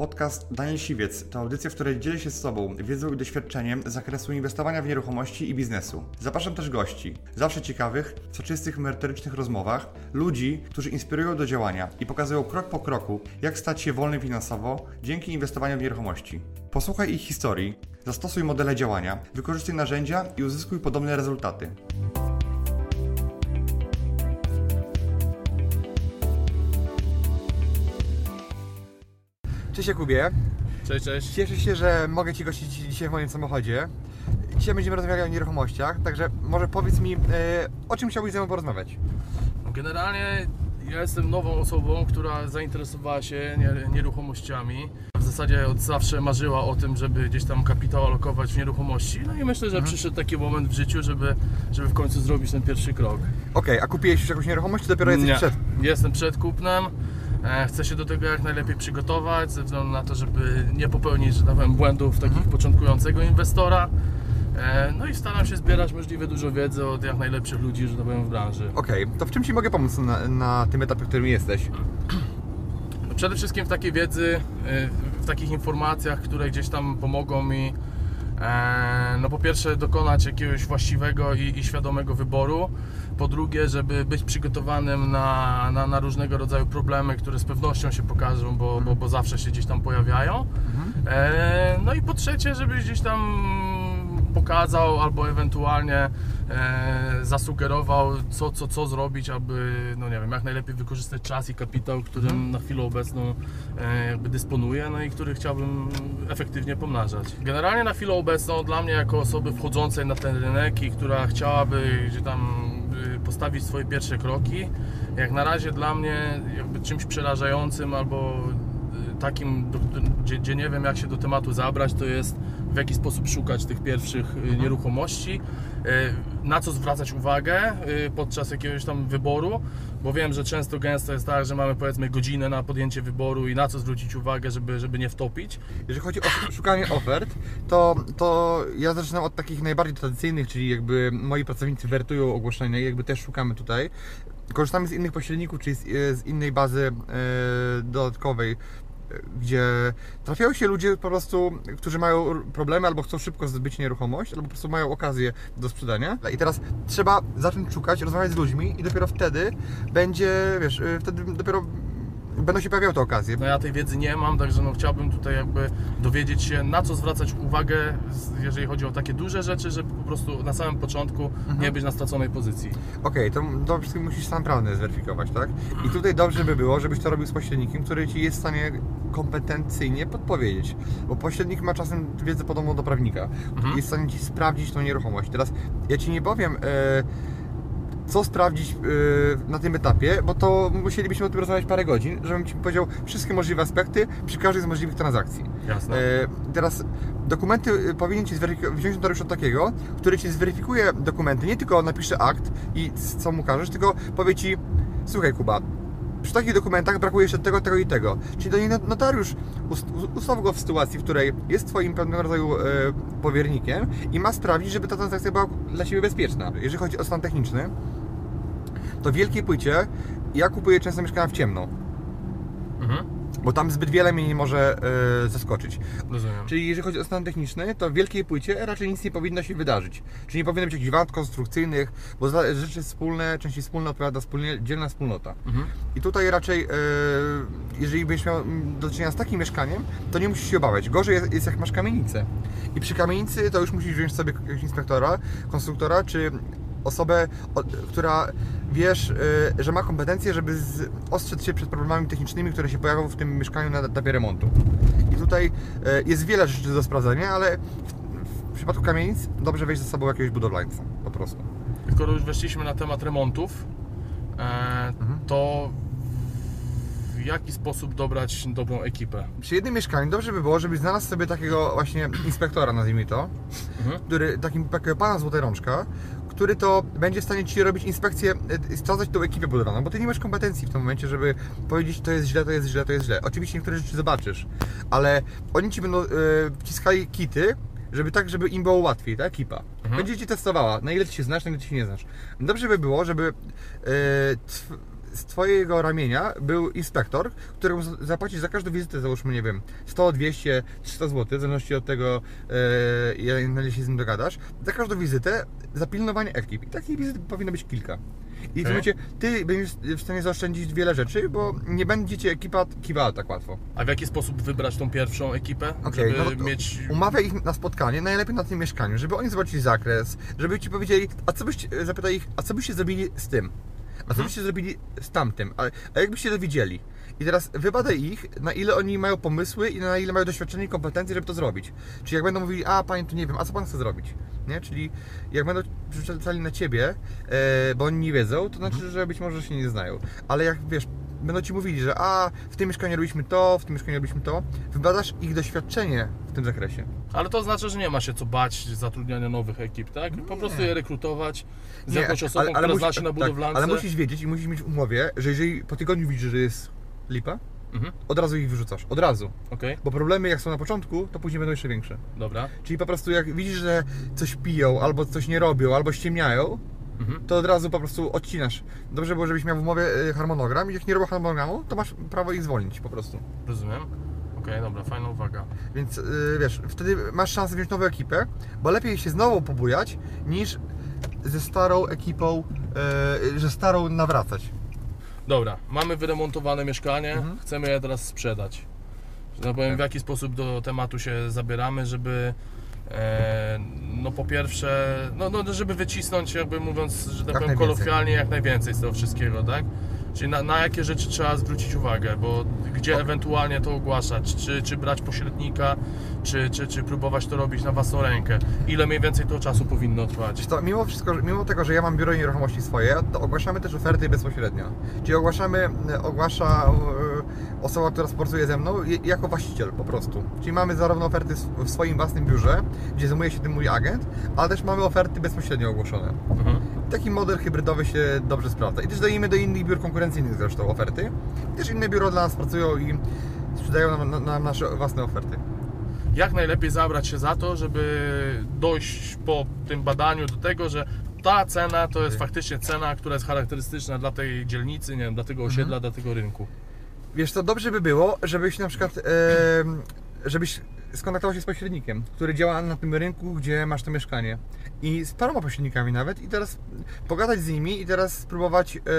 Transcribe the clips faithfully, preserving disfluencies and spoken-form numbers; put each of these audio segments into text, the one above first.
Podcast Daniel Siwiec to audycja, w której dzielę się z Tobą wiedzą i doświadczeniem z zakresu inwestowania w nieruchomości i biznesu. Zapraszam też gości, zawsze ciekawych, w soczystych, merytorycznych rozmowach, ludzi, którzy inspirują do działania i pokazują krok po kroku, jak stać się wolnym finansowo dzięki inwestowaniu w nieruchomości. Posłuchaj ich historii, zastosuj modele działania, wykorzystuj narzędzia i uzyskuj podobne rezultaty. Cześć Jakubie. Cześć, cześć. Cieszę się, że mogę Ci gościć dzisiaj w moim samochodzie. Dzisiaj będziemy rozmawiali o nieruchomościach, także może powiedz mi, o czym chciałbyś ze mną porozmawiać? Generalnie ja jestem nową osobą, która zainteresowała się nieruchomościami. W zasadzie od zawsze marzyła o tym, żeby gdzieś tam kapitał alokować w nieruchomości. No i myślę, że mhm. przyszedł taki moment w życiu, żeby, żeby w końcu zrobić ten pierwszy krok. Okej, okay, a kupiłeś już jakąś nieruchomość, czy dopiero jesteś Nie. przed? Jestem przed kupnem. Chcę się do tego jak najlepiej przygotować, ze względu na to, żeby nie popełnić, że tak powiem, błędów takich mhm. początkującego inwestora. No i staram się zbierać możliwie dużo wiedzy od jak najlepszych ludzi, że tak powiem, w branży. Okej, okay, to w czym Ci mogę pomóc na, na tym etapie, w którym jesteś? No przede wszystkim w takiej wiedzy, w takich informacjach, które gdzieś tam pomogą mi, no po pierwsze dokonać jakiegoś właściwego i, i świadomego wyboru. Po drugie, żeby być przygotowanym na, na, na różnego rodzaju problemy, które z pewnością się pokażą, bo, bo, bo zawsze się gdzieś tam pojawiają. Mhm. E, no i po trzecie, żeby gdzieś tam pokazał albo ewentualnie e, zasugerował, co, co, co zrobić, aby, no nie wiem, jak najlepiej wykorzystać czas i kapitał, którym mhm. na chwilę obecną e, jakby dysponuję, no i który chciałbym efektywnie pomnażać. Generalnie na chwilę obecną dla mnie jako osoby wchodzącej na ten rynek i która chciałaby gdzie tam postawić swoje pierwsze kroki, jak na razie dla mnie jakby czymś przerażającym albo takim, do, gdzie, gdzie nie wiem jak się do tematu zabrać, to jest w jaki sposób szukać tych pierwszych mhm. nieruchomości, na co zwracać uwagę podczas jakiegoś tam wyboru, bo wiem, że często gęsto jest tak, że mamy powiedzmy godzinę na podjęcie wyboru i na co zwrócić uwagę, żeby, żeby nie wtopić. Jeżeli chodzi o szukanie ofert, to, to ja zaczynam od takich najbardziej tradycyjnych, czyli jakby moi pracownicy wertują ogłoszenia i jakby też szukamy tutaj. Korzystamy z innych pośredników, czyli z, z innej bazy e, dodatkowej, gdzie trafiają się ludzie po prostu, którzy mają problemy albo chcą szybko zdobyć nieruchomość, albo po prostu mają okazję do sprzedania. I teraz trzeba zacząć szukać, rozmawiać z ludźmi i dopiero wtedy będzie, wiesz, wtedy dopiero będą się pojawiały te okazje. No ja tej wiedzy nie mam, także no chciałbym tutaj jakby dowiedzieć się, na co zwracać uwagę, jeżeli chodzi o takie duże rzeczy, żeby po prostu na samym początku mhm. nie być na straconej pozycji. Okej, okay, to to wszystkim musisz stan prawny zweryfikować, tak? I tutaj dobrze by było, żebyś to robił z pośrednikiem, który Ci jest w stanie kompetencyjnie podpowiedzieć, bo pośrednik ma czasem wiedzę podobną do prawnika. Mhm. Jest w stanie Ci sprawdzić tą nieruchomość. Teraz ja Ci nie powiem, e, co sprawdzić yy, na tym etapie, bo to musielibyśmy o tym rozmawiać parę godzin, żebym Ci powiedział wszystkie możliwe aspekty przy każdej z możliwych transakcji. Jasne. Yy, teraz dokumenty powinien Ci wziąć notariusz od takiego, który Ci zweryfikuje dokumenty, nie tylko napisze akt i co mu każesz, tylko powie Ci: słuchaj Kuba, przy takich dokumentach brakuje jeszcze tego, tego i tego. Czyli do niej notariusz ustawił go w sytuacji, w której jest Twoim pewnego rodzaju e, powiernikiem i ma sprawdzić, żeby ta transakcja była dla Ciebie bezpieczna. Jeżeli chodzi o stan techniczny, to w wielkiej płycie ja kupuję często mieszkania w ciemno. Mhm. Bo tam zbyt wiele mnie nie może e, zaskoczyć. Rozumiem. Czyli jeżeli chodzi o stan techniczny, to w wielkiej płycie raczej nic nie powinno się wydarzyć. Czyli nie powinno być jakichś wad konstrukcyjnych, bo za rzeczy wspólne, części wspólne odpowiada wspólnie, dzielna wspólnota. Mhm. I tutaj raczej, e, jeżeli będziesz miał do czynienia z takim mieszkaniem, to nie musisz się obawiać. Gorzej jest, jest jak masz kamienicę. I przy kamienicy to już musisz wziąć sobie jakiegoś inspektora, konstruktora, czy osobę, która wiesz, że ma kompetencje, żeby ostrzec się przed problemami technicznymi, które się pojawią w tym mieszkaniu na etapie remontu. I tutaj jest wiele rzeczy do sprawdzenia, ale w przypadku kamienic dobrze wejść ze sobą jakiegoś budowlańca, po prostu. Skoro już weszliśmy na temat remontów, to w jaki sposób dobrać dobrą ekipę? Przy jednym mieszkaniu dobrze by było, żebyś znalazł sobie takiego właśnie inspektora, nazwijmy to, mhm. który, takim, takiego pana złotej rączka, który to będzie w stanie Ci robić inspekcję, sprawdzać tą ekipę budowlaną, bo Ty nie masz kompetencji w tym momencie, żeby powiedzieć, to jest źle, to jest źle, to jest źle. Oczywiście niektóre rzeczy zobaczysz, ale oni Ci będą e, wciskali kity, żeby tak, żeby im było łatwiej, ta ekipa. Mhm. Będzie Ci testowała, na ile Ty się znasz, na ile Ty się nie znasz. Dobrze by było, żeby e, z twojego ramienia był inspektor, któremu zapłacisz za każdą wizytę, załóżmy, nie wiem, sto, dwieście, trzysta złotych, w zależności od tego, e, na ile się z nim dogadasz, za każdą wizytę, za pilnowanie ekip. I takich wizyt powinno być kilka. I w tym momencie ty będziesz w stanie zaoszczędzić wiele rzeczy, bo nie będzie cię ekipa kiwała tak łatwo. A w jaki sposób wybrać tą pierwszą ekipę, okay, żeby no to mieć... Umawiaj ich na spotkanie, najlepiej na tym mieszkaniu, żeby oni zobaczyli zakres, żeby ci powiedzieli, a co byście, zapytaj ich, a co byście zrobili z tym? A co Mhm. byście zrobili z tamtym? A, a jakbyście to widzieli? I teraz wybadaj ich, na ile oni mają pomysły i na ile mają doświadczenie i kompetencje, żeby to zrobić. Czyli jak będą mówili, a panie, tu nie wiem, a co pan chce zrobić? Nie? Czyli jak będą przyczepali na ciebie, e, bo oni nie wiedzą, to znaczy, że być może się nie znają. Ale jak wiesz, będą ci mówili, że a w tym mieszkaniu robiliśmy to, w tym mieszkaniu robiliśmy to, wybadasz ich doświadczenie w tym zakresie. Ale to oznacza, że nie ma się co bać zatrudniania nowych ekip, tak? Po Nie. prostu je rekrutować z Nie, jakąś osobą, ale, ale która musi, zna się na tak, budowlance. ale musisz wiedzieć i musisz mieć w umowie, że jeżeli po tygodniu widzisz, że jest lipa, Mhm. od razu ich wyrzucasz. Od razu. Okej, Bo problemy jak są na początku, to później będą jeszcze większe. dobra. Czyli po prostu jak widzisz, że coś piją, albo coś nie robią, albo ściemniają, Mhm. to od razu po prostu odcinasz. Dobrze było, żebyś miał w umowie y, harmonogram i jak nie robią harmonogramu, to masz prawo ich zwolnić po prostu. Rozumiem. Okej, dobra, fajna uwaga. Więc y, wiesz, wtedy masz szansę wziąć nową ekipę, bo lepiej się znowu pobujać, niż ze starą ekipą, y, że starą nawracać. Dobra, mamy wyremontowane mieszkanie, Mhm. chcemy je teraz sprzedać. Że tak powiem, Tak. w jaki sposób do tematu się zabieramy, żeby e, no po pierwsze, no, no żeby wycisnąć, jakby mówiąc, że tak Jak powiem najwięcej. kolokwialnie, jak najwięcej z tego wszystkiego, tak? Czyli na, na jakie rzeczy trzeba zwrócić uwagę, bo gdzie Ok. ewentualnie to ogłaszać, czy, czy brać pośrednika, czy, czy, czy próbować to robić na własną rękę. Ile mniej więcej to czasu powinno trwać? Wiesz to, mimo, wszystko, że- mimo tego, że ja mam biuro nieruchomości swoje, to ogłaszamy też oferty bezpośrednio. Czyli ogłaszamy, ogłasza e, osoba, która współpracuje ze mną, je- jako właściciel po prostu. Czyli mamy zarówno oferty s- w swoim własnym biurze, gdzie zajmuje się tym mój agent, ale też mamy oferty bezpośrednio ogłoszone. Mhm. Taki model hybrydowy się dobrze sprawdza. I też dajemy do innych biur konkurencyjnych zresztą oferty. I też inne biura dla nas pracują i sprzedają nam, nam, nam nasze własne oferty. Jak najlepiej zabrać się za to, żeby dojść po tym badaniu do tego, że ta cena to jest faktycznie cena, która jest charakterystyczna dla tej dzielnicy, nie wiem, dla tego osiedla, dla tego rynku. Wiesz co, dobrze by było, żebyś na przykład, e, żebyś skontaktował się z pośrednikiem, który działa na tym rynku, gdzie masz to mieszkanie. I z paroma pośrednikami nawet i teraz pogadać z nimi i teraz spróbować e,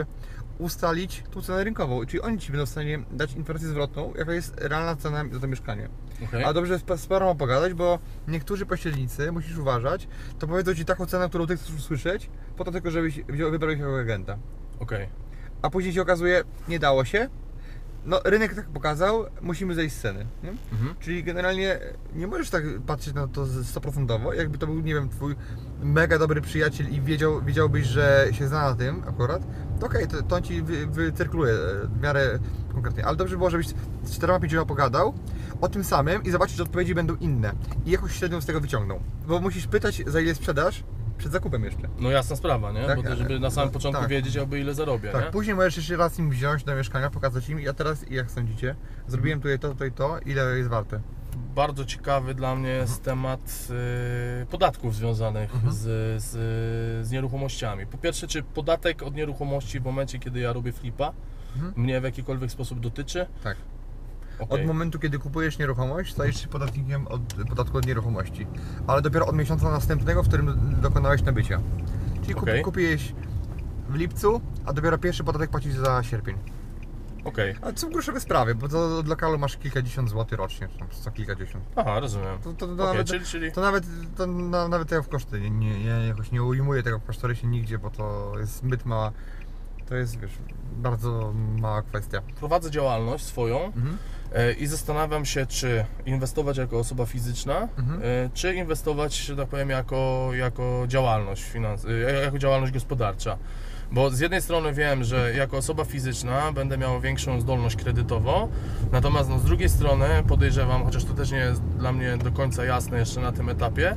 ustalić tą cenę rynkową. Czyli oni Ci będą w stanie dać informację zwrotną, jaka jest realna cena za to mieszkanie. Okay. A dobrze z, z paroma pogadać, bo niektórzy pośrednicy, musisz uważać, to powiedzą Ci taką cenę, którą Ty chcesz usłyszeć, po to tylko, żebyś wziął, wybrał ich jako agenta. Okay. A później się okazuje, nie dało się. No, rynek tak pokazał, musimy zejść z ceny. Nie? Mhm. Czyli generalnie nie możesz tak patrzeć na to stuprocentowo, jakby to był, nie wiem, twój mega dobry przyjaciel i wiedział, wiedziałbyś, że się zna na tym akurat, to okej, okay, to, to on ci wy, wycyrkuluje w miarę konkretnie. Ale dobrze było, żebyś z czterema, pięcioma pogadał o tym samym i zobaczyć, że odpowiedzi będą inne. I jakąś średnią z tego wyciągnął. Bo musisz pytać, za ile sprzedasz, przed zakupem jeszcze. No jasna sprawa, nie? Tak, Bo to, żeby na samym początku tak. wiedzieć, aby ile zarobię, Tak, nie? później możesz jeszcze raz im wziąć do mieszkania, pokazać im, ja teraz, jak sądzicie, zrobiłem tutaj to, tutaj to, ile jest warte. Bardzo ciekawy dla mnie jest temat y, podatków związanych Mhm. z, z, z nieruchomościami. Po pierwsze, czy podatek od nieruchomości w momencie, kiedy ja robię flipa, Mhm. mnie w jakikolwiek sposób dotyczy? Tak. Okay. Od momentu, kiedy kupujesz nieruchomość, stajesz się podatnikiem od podatku od nieruchomości. Ale dopiero od miesiąca następnego, w którym dokonałeś nabycia. Czyli kup, Okay. kupiłeś w lipcu, a dopiero pierwszy podatek płacisz za sierpień. Okej. Ale to są groszowe sprawy, bo to od lokalu masz kilkadziesiąt złotych rocznie, czy tam co kilkadziesiąt. Aha, rozumiem. To, to, to, Okay, nawet, czyli, czyli... to nawet, to na, nawet tego w koszty, nie, nie, ja jakoś nie ujmuję tego w kosztorysie nigdzie, bo to jest zbyt mała, to jest, wiesz, bardzo mała kwestia. Prowadzę działalność swoją Mhm. e, i zastanawiam się, czy inwestować jako osoba fizyczna, Mhm. e, czy inwestować, że tak powiem, jako, jako działalność finans, e, jako działalność gospodarcza. Bo z jednej strony wiem, że jako osoba fizyczna będę miał większą zdolność kredytową, natomiast no, z drugiej strony podejrzewam, chociaż to też nie jest dla mnie do końca jasne jeszcze na tym etapie,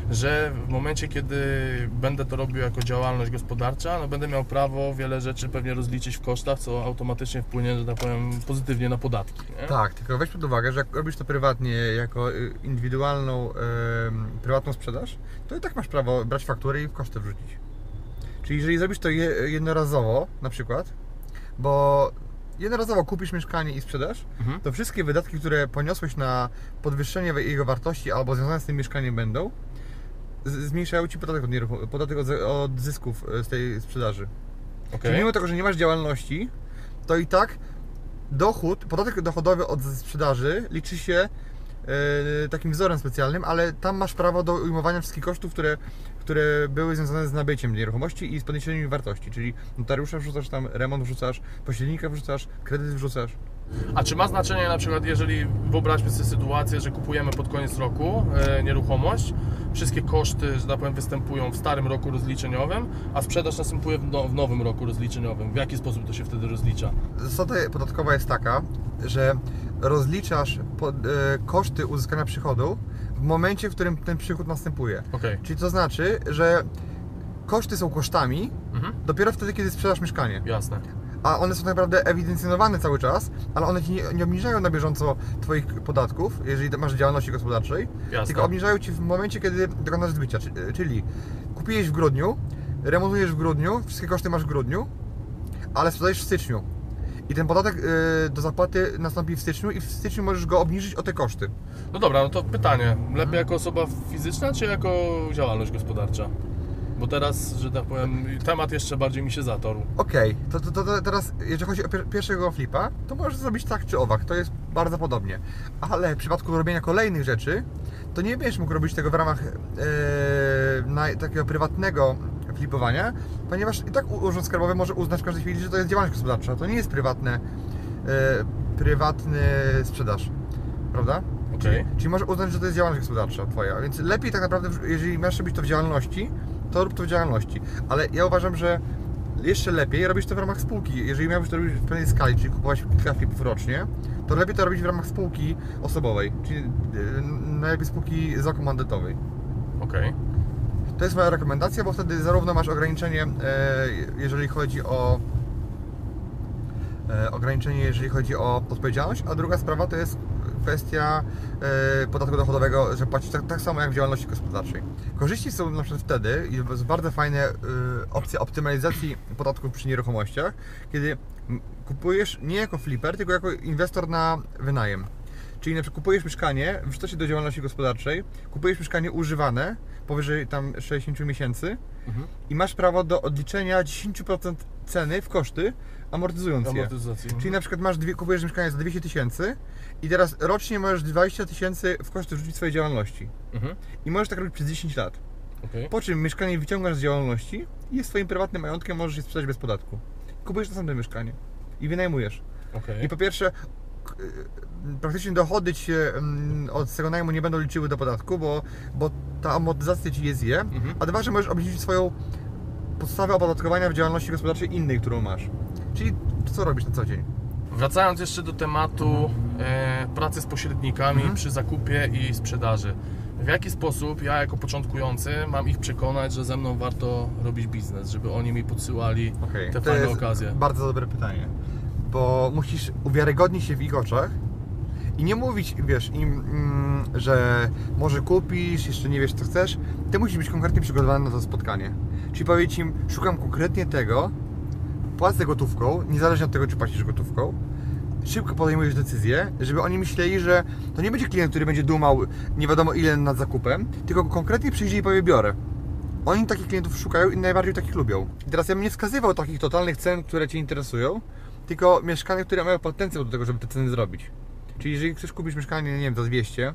że w momencie, kiedy będę to robił jako działalność gospodarcza, no, będę miał prawo wiele rzeczy pewnie rozliczyć w kosztach, co automatycznie wpłynie, że tak powiem, pozytywnie na podatki. Nie? Tak, tylko weź pod uwagę, że jak robisz to prywatnie, jako y, indywidualną, y, prywatną sprzedaż, to i tak masz prawo brać fakturę i w koszty wrzucić. Czyli jeżeli zrobisz to je, jednorazowo, na przykład, bo jednorazowo kupisz mieszkanie i sprzedasz, Mhm. to wszystkie wydatki, które poniosłeś na podwyższenie jego wartości albo związane z tym mieszkaniem będą, z- zmniejszają Ci podatek od, nieruchom- podatek od, od zysków z tej sprzedaży. Okej. Czyli mimo tego, że nie masz działalności, to i tak dochód, podatek dochodowy od sprzedaży liczy się e, takim wzorem specjalnym, ale tam masz prawo do ujmowania wszystkich kosztów, które, które były związane z nabyciem nieruchomości i z podniesieniem wartości, czyli notariusza wrzucasz tam, remont wrzucasz, pośrednika wrzucasz, kredyt wrzucasz. A czy ma znaczenie na przykład, jeżeli wyobraźmy sobie sytuację, że kupujemy pod koniec roku e, nieruchomość, wszystkie koszty, że tak powiem, występują w starym roku rozliczeniowym, a sprzedaż następuje w, no, w nowym roku rozliczeniowym. W jaki sposób to się wtedy rozlicza? Zasada podatkowa jest taka, że rozliczasz pod, e, koszty uzyskania przychodu w momencie, w którym ten przychód następuje. Okej. Czyli to znaczy, że koszty są kosztami Mhm. dopiero wtedy, kiedy sprzedasz mieszkanie. Jasne. A one są tak naprawdę ewidencjonowane cały czas, ale one Ci nie, nie obniżają na bieżąco Twoich podatków, jeżeli masz działalności gospodarczej, Jasne. tylko obniżają Ci w momencie, kiedy dokonasz zbycia. Czy- Czyli kupiłeś w grudniu, remontujesz w grudniu, wszystkie koszty masz w grudniu, ale sprzedajesz w styczniu. I ten podatek y, do zapłaty nastąpi w styczniu i w styczniu możesz go obniżyć o te koszty. No dobra, no to pytanie. Lepiej jako osoba fizyczna, czy jako działalność gospodarcza? Bo teraz, że tak powiem, temat jeszcze bardziej mi się zatorł. Okej, to, to, to, to teraz jeżeli chodzi o pier pierwszego flipa, to możesz zrobić tak czy owak, to jest bardzo podobnie. Ale w przypadku robienia kolejnych rzeczy, to nie będziesz mógł robić tego w ramach e, na, takiego prywatnego flipowania, ponieważ i tak Urząd Skarbowy może uznać w każdej chwili, że to jest działalność gospodarcza, to nie jest prywatne, e, prywatny sprzedaż, prawda? Okej. Czyli, czyli może uznać, że to jest działalność gospodarcza Twoja, więc lepiej tak naprawdę, jeżeli masz robić to w działalności, to rób to w działalności. Ale ja uważam, że jeszcze lepiej robić to w ramach spółki. Jeżeli miałbyś to robić w pewnej skali, czyli kupować kilka flipów rocznie, to lepiej to robić w ramach spółki osobowej, czyli yy, najlepiej spółki zakomandytowej. Okej. To jest moja rekomendacja, bo wtedy zarówno masz ograniczenie, e, jeżeli chodzi o e, ograniczenie, jeżeli chodzi o odpowiedzialność, a druga sprawa to jest kwestia e, podatku dochodowego, że płacisz tak, tak samo jak w działalności gospodarczej. Korzyści są na przykład wtedy, i jest bardzo fajne e, opcja optymalizacji podatków przy nieruchomościach, kiedy m, kupujesz nie jako flipper, tylko jako inwestor na wynajem. Czyli na przykład kupujesz mieszkanie, wrzucasz się do działalności gospodarczej, kupujesz mieszkanie używane powyżej tam sześćdziesiąt miesięcy Mhm. i masz prawo do odliczenia dziesięć procent ceny w koszty, amortyzując je. Amortyzacji. Czyli na przykład masz dwie, kupujesz mieszkanie za dwieście tysięcy i teraz rocznie możesz dwadzieścia tysięcy w koszty wrzucić swojej działalności. Mhm. I możesz tak robić przez dziesięć lat. Okej. Po czym mieszkanie wyciągasz z działalności i jest swoim prywatnym majątkiem, możesz je sprzedać bez podatku. Kupujesz następne mieszkanie i wynajmujesz. Okej. I po pierwsze, k- y, praktycznie dochody Ci się mm, od tego najmu nie będą liczyły do podatku, bo, bo ta amortyzacja Ci je zje, Mhm. a dwa, że możesz obniżyć swoją podstawę opodatkowania w działalności gospodarczej innej, którą masz. Czyli to, co robisz na co dzień. Wracając jeszcze do tematu e, pracy z pośrednikami Mhm. przy zakupie i sprzedaży. W jaki sposób ja jako początkujący mam ich przekonać, że ze mną warto robić biznes, żeby oni mi podsyłali Okej, te to fajne jest okazje? bardzo dobre pytanie, bo musisz uwiarygodnić się w ich oczach i nie mówić, wiesz, im, mm, że może kupisz, jeszcze nie wiesz co chcesz. Ty musisz być konkretnie przygotowany na to spotkanie. Czyli powiedzieć im, szukam konkretnie tego, płacę gotówką, niezależnie od tego, czy płacisz gotówką. Szybko podejmujesz decyzję, żeby oni myśleli, że to nie będzie klient, który będzie dumał nie wiadomo ile nad zakupem, tylko konkretnie przyjdzie i powie biorę. Oni takich klientów szukają i najbardziej takich lubią. I teraz ja bym nie wskazywał takich totalnych cen, które Cię interesują, tylko mieszkania, które mają potencjał do tego, żeby te ceny zrobić. Czyli jeżeli chcesz kupić mieszkanie, nie wiem, za dwieście,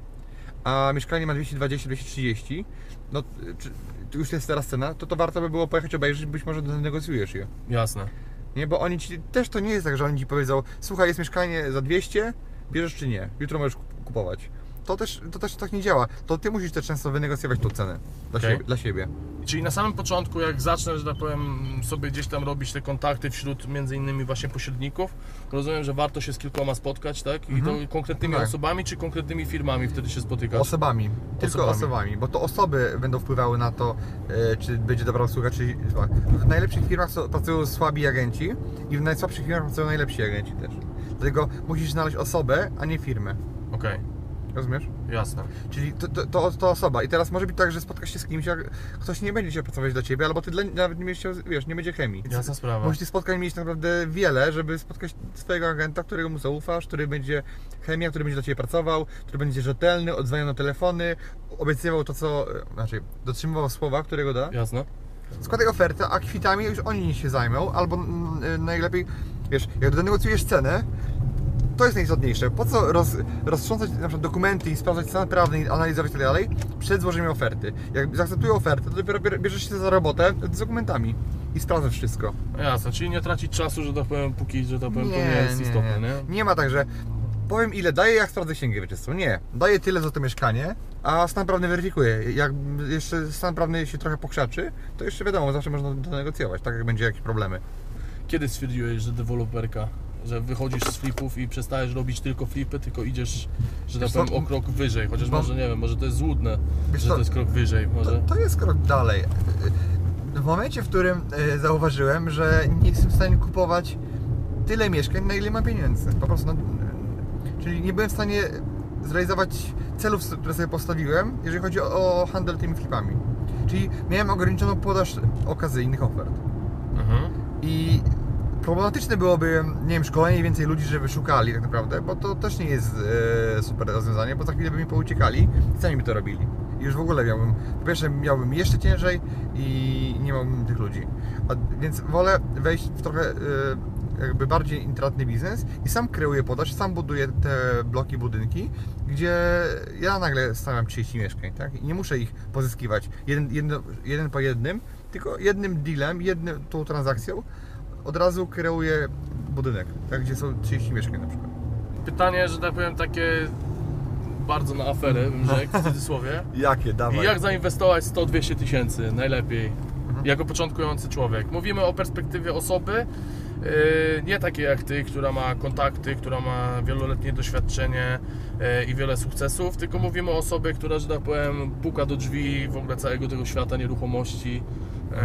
a mieszkanie ma dwieście dwadzieścia dwieście trzydzieści, no czy, to już jest teraz cena, to to warto by było pojechać obejrzeć, być może negocjujesz je. Jasne. Nie, bo oni ci też to nie jest tak, że oni ci powiedzą, słuchaj, jest mieszkanie za dwieście, bierzesz czy nie, jutro możesz kupować. To też, to też tak nie działa. To ty musisz też często wynegocjować tą cenę dla, Okej. siebie, dla siebie. Czyli na samym początku, jak zacznę, że tak powiem, sobie gdzieś tam robić te kontakty wśród między innymi właśnie pośredników, rozumiem, że warto się z kilkoma spotkać, tak? I Mhm. to konkretnymi Tak. osobami, czy konkretnymi firmami wtedy się spotykasz? Osobami, tylko Osobami. osobami, bo to osoby będą wpływały na to, e, czy będzie dobra usługa, czy zła. W najlepszych firmach so- pracują słabi agenci i w najsłabszych firmach pracują najlepsi agenci też. Dlatego musisz znaleźć osobę, a nie firmę. Okej. Rozumiesz? Jasne. Czyli to, to, to, to osoba. I teraz może być tak, że spotkasz się z kimś, jak ktoś nie będzie chciał pracować dla ciebie, albo ty dla, nawet nie będziesz chciał, wiesz, nie będzie chemii. Jasna sprawa. Musisz tych spotkań mieć naprawdę wiele, żeby spotkać swojego agenta, którego mu zaufasz, który będzie chemia, który będzie dla ciebie pracował, który będzie rzetelny, odzwaniał na telefony, obiecywał to, co, znaczy dotrzymywał słowa, którego da. Jasne. Składaj ofertę, a kwitami już oni się zajmą, albo mm, najlepiej, wiesz, jak donegocjujesz cenę, to jest najistotniejsze. Po co roz, roztrząsać na przykład dokumenty i sprawdzać stan prawny, i analizować i tak dalej przed złożeniem oferty. Jak zaakceptuję ofertę, to dopiero bierzesz się za robotę z dokumentami i sprawdzasz wszystko. Jasne, czyli nie tracić czasu, że tak powiem, póki, że tak powiem, Nie, to nie jest nie, istotne, nie. nie? Nie ma tak, że powiem ile daję, jak sprawdzę księgę wieczystą. Nie. Daję tyle za to mieszkanie, a stan prawny weryfikuję. Jak jeszcze stan prawny się trochę pokrzaczy, to jeszcze wiadomo, zawsze można to negocjować, tak jak będzie jakieś problemy. Kiedy stwierdziłeś, że deweloperka, że wychodzisz z flipów i przestajesz robić tylko flipy, tylko idziesz, że tak Wiesz co, powiem, o krok wyżej, chociaż bo- może, nie wiem, może to jest złudne, Wiesz że co, to jest krok wyżej, może... To, to jest krok dalej. W momencie, w którym e, zauważyłem, że nie jestem w stanie kupować tyle mieszkań, na ile mam pieniędzy. Po prostu. No, e, czyli nie byłem w stanie zrealizować celów, które sobie postawiłem, jeżeli chodzi o, o handel tymi flipami. Czyli miałem ograniczoną podaż okazyjnych ofert. Mhm. I problematyczne byłoby, nie wiem, szkolenie więcej ludzi, żeby szukali tak naprawdę, bo to też nie jest e, super rozwiązanie, bo za chwilę by mi pouciekali i sami by to robili. I już w ogóle miałbym, po pierwsze miałbym jeszcze ciężej i nie miałbym tych ludzi. A, więc wolę wejść w trochę e, jakby bardziej intratny biznes i sam kreuję podaż, sam buduję te bloki, budynki, gdzie ja nagle stawiam trzydzieści mieszkań, tak? I nie muszę ich pozyskiwać jeden, jedno, jeden po jednym, tylko jednym dealem, jedną tą transakcją od razu kreuję budynek, tak? Gdzie są trzydzieści mieszkań na przykład. Pytanie, że tak powiem, takie bardzo na aferę, bym rzekł, w cudzysłowie. Jakie? Dawaj. I jak zainwestować sto dwieście tysięcy najlepiej, jako początkujący człowiek? Mówimy o perspektywie osoby, yy, nie takiej jak ty, która ma kontakty, która ma wieloletnie doświadczenie yy, i wiele sukcesów, tylko mówimy o osobie, która, że tak powiem, puka do drzwi w ogóle całego tego świata nieruchomości. Yy,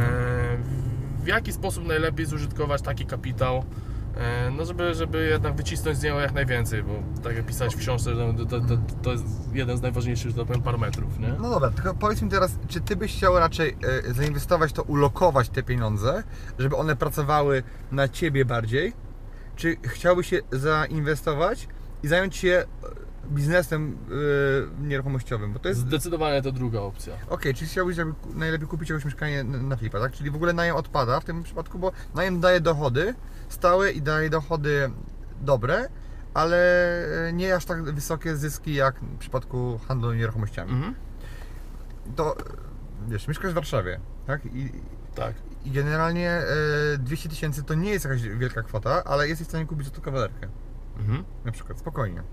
w jaki sposób najlepiej zużytkować taki kapitał? No żeby, żeby jednak wycisnąć z niego jak najwięcej, bo tak jak pisałeś w książce, to, to, to, to jest jeden z najważniejszych, że tak powiem, parametrów, nie? No dobra, tylko powiedz mi teraz, czy ty byś chciał raczej e, zainwestować, to ulokować te pieniądze, żeby one pracowały na ciebie bardziej, czy chciałbyś się zainwestować i zająć się e, biznesem e, nieruchomościowym, bo to jest... Zdecydowanie to druga opcja. Okej, okay, czyli chciałbyś jakby najlepiej kupić jakieś mieszkanie na, na flipa, tak? Czyli w ogóle najem odpada w tym przypadku, bo najem daje dochody stałe i daje dochody dobre, ale nie aż tak wysokie zyski jak w przypadku handlu nieruchomościami. Mhm. To, wiesz, mieszkasz w Warszawie, tak? I, Tak. i generalnie e, dwieście tysięcy to nie jest jakaś wielka kwota, ale jesteś w stanie kupić za to kawalerkę. Mhm. Na przykład, spokojnie.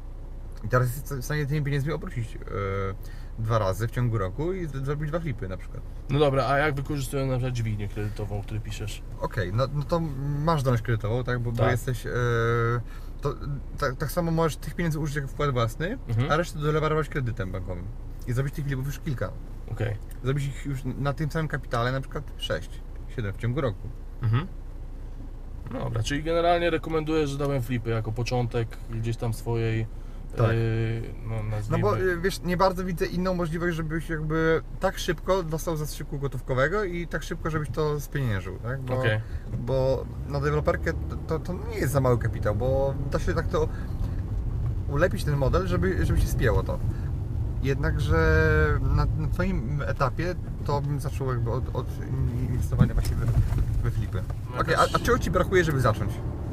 I teraz jesteś w stanie tymi pieniędzmi obrócić e, dwa razy w ciągu roku i zrobić dwa flipy na przykład. No dobra, a jak wykorzystują na przykład dźwignię kredytową, o której piszesz? Okej, okay, no, no to masz zdolność kredytową, tak? Bo, Tak. bo jesteś... E, to, tak, tak samo możesz tych pieniędzy użyć jako wkład własny, Mhm. a resztę dolewarować kredytem bankowym. I zrobić tych flipów już kilka. Okej. Okay. Zrobić ich już na tym samym kapitale na przykład sześć, siedem w ciągu roku. Mhm. No dobra, czyli generalnie rekomendujesz, że dałem flipy jako początek gdzieś tam swojej, Tak. yy, no No nazwijmy... bo y, wiesz, nie bardzo widzę inną możliwość, żebyś jakby tak szybko dostał zastrzyku gotówkowego i tak szybko, żebyś to spieniężył, tak? Bo, Okej. bo na deweloperkę to, to, to nie jest za mały kapitał, bo da się tak to ulepić ten model, żeby, żeby się spięło to. Jednakże na, na Twoim etapie to bym zaczął jakby od, od inwestowania właśnie we, we flipy. No Okej, też- a, a czego Ci brakuje, żeby zacząć?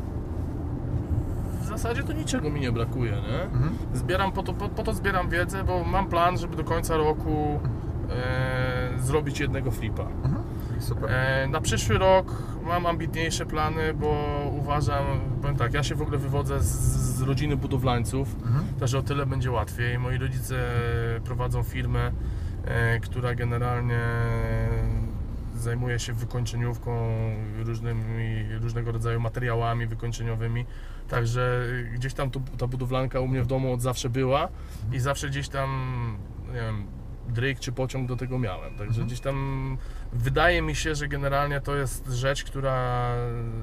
W zasadzie to niczego mi nie brakuje, nie? Mhm. Zbieram po to, po, po to zbieram wiedzę, bo mam plan, żeby do końca roku e, zrobić jednego flipa. Mhm. Super. E, na przyszły rok mam ambitniejsze plany, bo uważam, powiem tak, ja się w ogóle wywodzę z, z rodziny budowlańców, Mhm. także o tyle będzie łatwiej. Moi rodzice prowadzą firmę, e, która generalnie zajmuje się wykończeniówką, różnymi, różnego rodzaju materiałami wykończeniowymi. Także gdzieś tam tu, ta budowlanka u mnie w domu od zawsze była i zawsze gdzieś tam, nie wiem, dryk czy pociąg do tego miałem. Także Mhm. gdzieś tam wydaje mi się, że generalnie to jest rzecz, która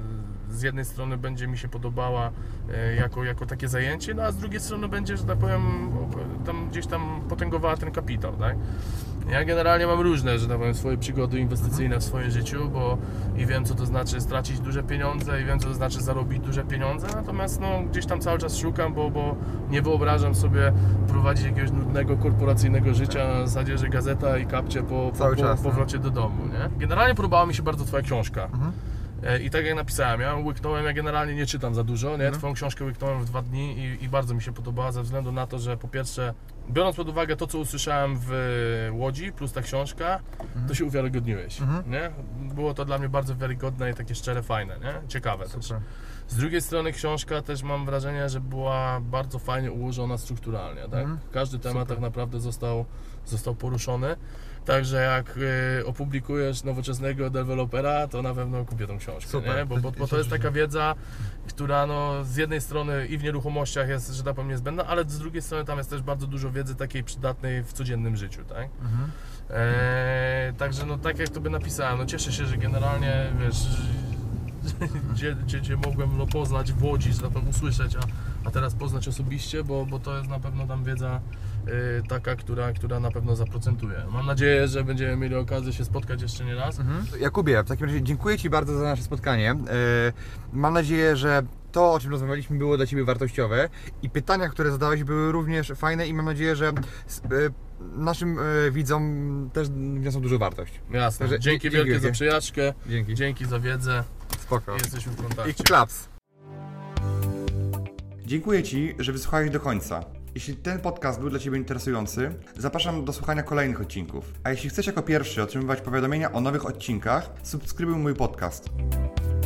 z jednej strony będzie mi się podobała jako, jako takie zajęcie, no a z drugiej strony będzie, że tak powiem, tam gdzieś tam potęgowała ten kapitał, tak? Ja generalnie mam różne, że tak powiem, swoje przygody inwestycyjne w swoim życiu, bo i wiem, co to znaczy stracić duże pieniądze i wiem, co to znaczy zarobić duże pieniądze, natomiast no, gdzieś tam cały czas szukam, bo, bo nie wyobrażam sobie prowadzić jakiegoś nudnego, korporacyjnego życia na zasadzie, że gazeta i kapcie po, po, po czas, powrocie do domu, nie? Generalnie podobała mi się bardzo Twoja książka. Mhm. I tak jak napisałem, ja łyknąłem, ja generalnie nie czytam za dużo, nie? Mhm. Twoją książkę łyknąłem w dwa dni i, i bardzo mi się podobała ze względu na to, że po pierwsze, biorąc pod uwagę to, co usłyszałem w Łodzi, plus ta książka, mhm. to się uwiarygodniłeś, mhm. nie? Było to dla mnie bardzo wiarygodne i takie szczere, fajne, nie? Ciekawe Super. Też. Z drugiej strony książka też mam wrażenie, że była bardzo fajnie ułożona strukturalnie, tak? Mhm. Każdy temat Super. tak naprawdę został, został poruszony. Także jak y, opublikujesz nowoczesnego dewelopera, to na pewno kupię tą książkę, Super. nie? Bo, bo, bo to jest taka wiedza, która no, z jednej strony i w nieruchomościach jest, że tak powiem, niezbędna, ale z drugiej strony tam jest też bardzo dużo wiedzy takiej przydatnej w codziennym życiu, tak? Mhm. E, także no tak jak tobie napisałem, no cieszę się, że generalnie, wiesz, gdzie, gdzie, gdzie mogłem no, poznać w Łodzi, że tak powiem, usłyszeć, a, a teraz poznać osobiście, bo, bo to jest na pewno tam wiedza y, taka, która, która na pewno zaprocentuje. Mam nadzieję, że będziemy mieli okazję się spotkać jeszcze nie raz. Mhm. Jakubie, w takim razie dziękuję Ci bardzo za nasze spotkanie. Yy, mam nadzieję, że to, o czym rozmawialiśmy, było dla Ciebie wartościowe i pytania, które zadałeś, były również fajne i mam nadzieję, że yy, naszym yy, widzom też wniosą dużą wartość. Jasne. Także dzięki wielkie za przyjaźń. Dzięki. Dzięki za wiedzę. Spoko. Jesteśmy w kontakcie. I klaps. Dziękuję Ci, że wysłuchałeś do końca. Jeśli ten podcast był dla Ciebie interesujący, zapraszam do słuchania kolejnych odcinków. A jeśli chcesz jako pierwszy otrzymywać powiadomienia o nowych odcinkach, subskrybuj mój podcast.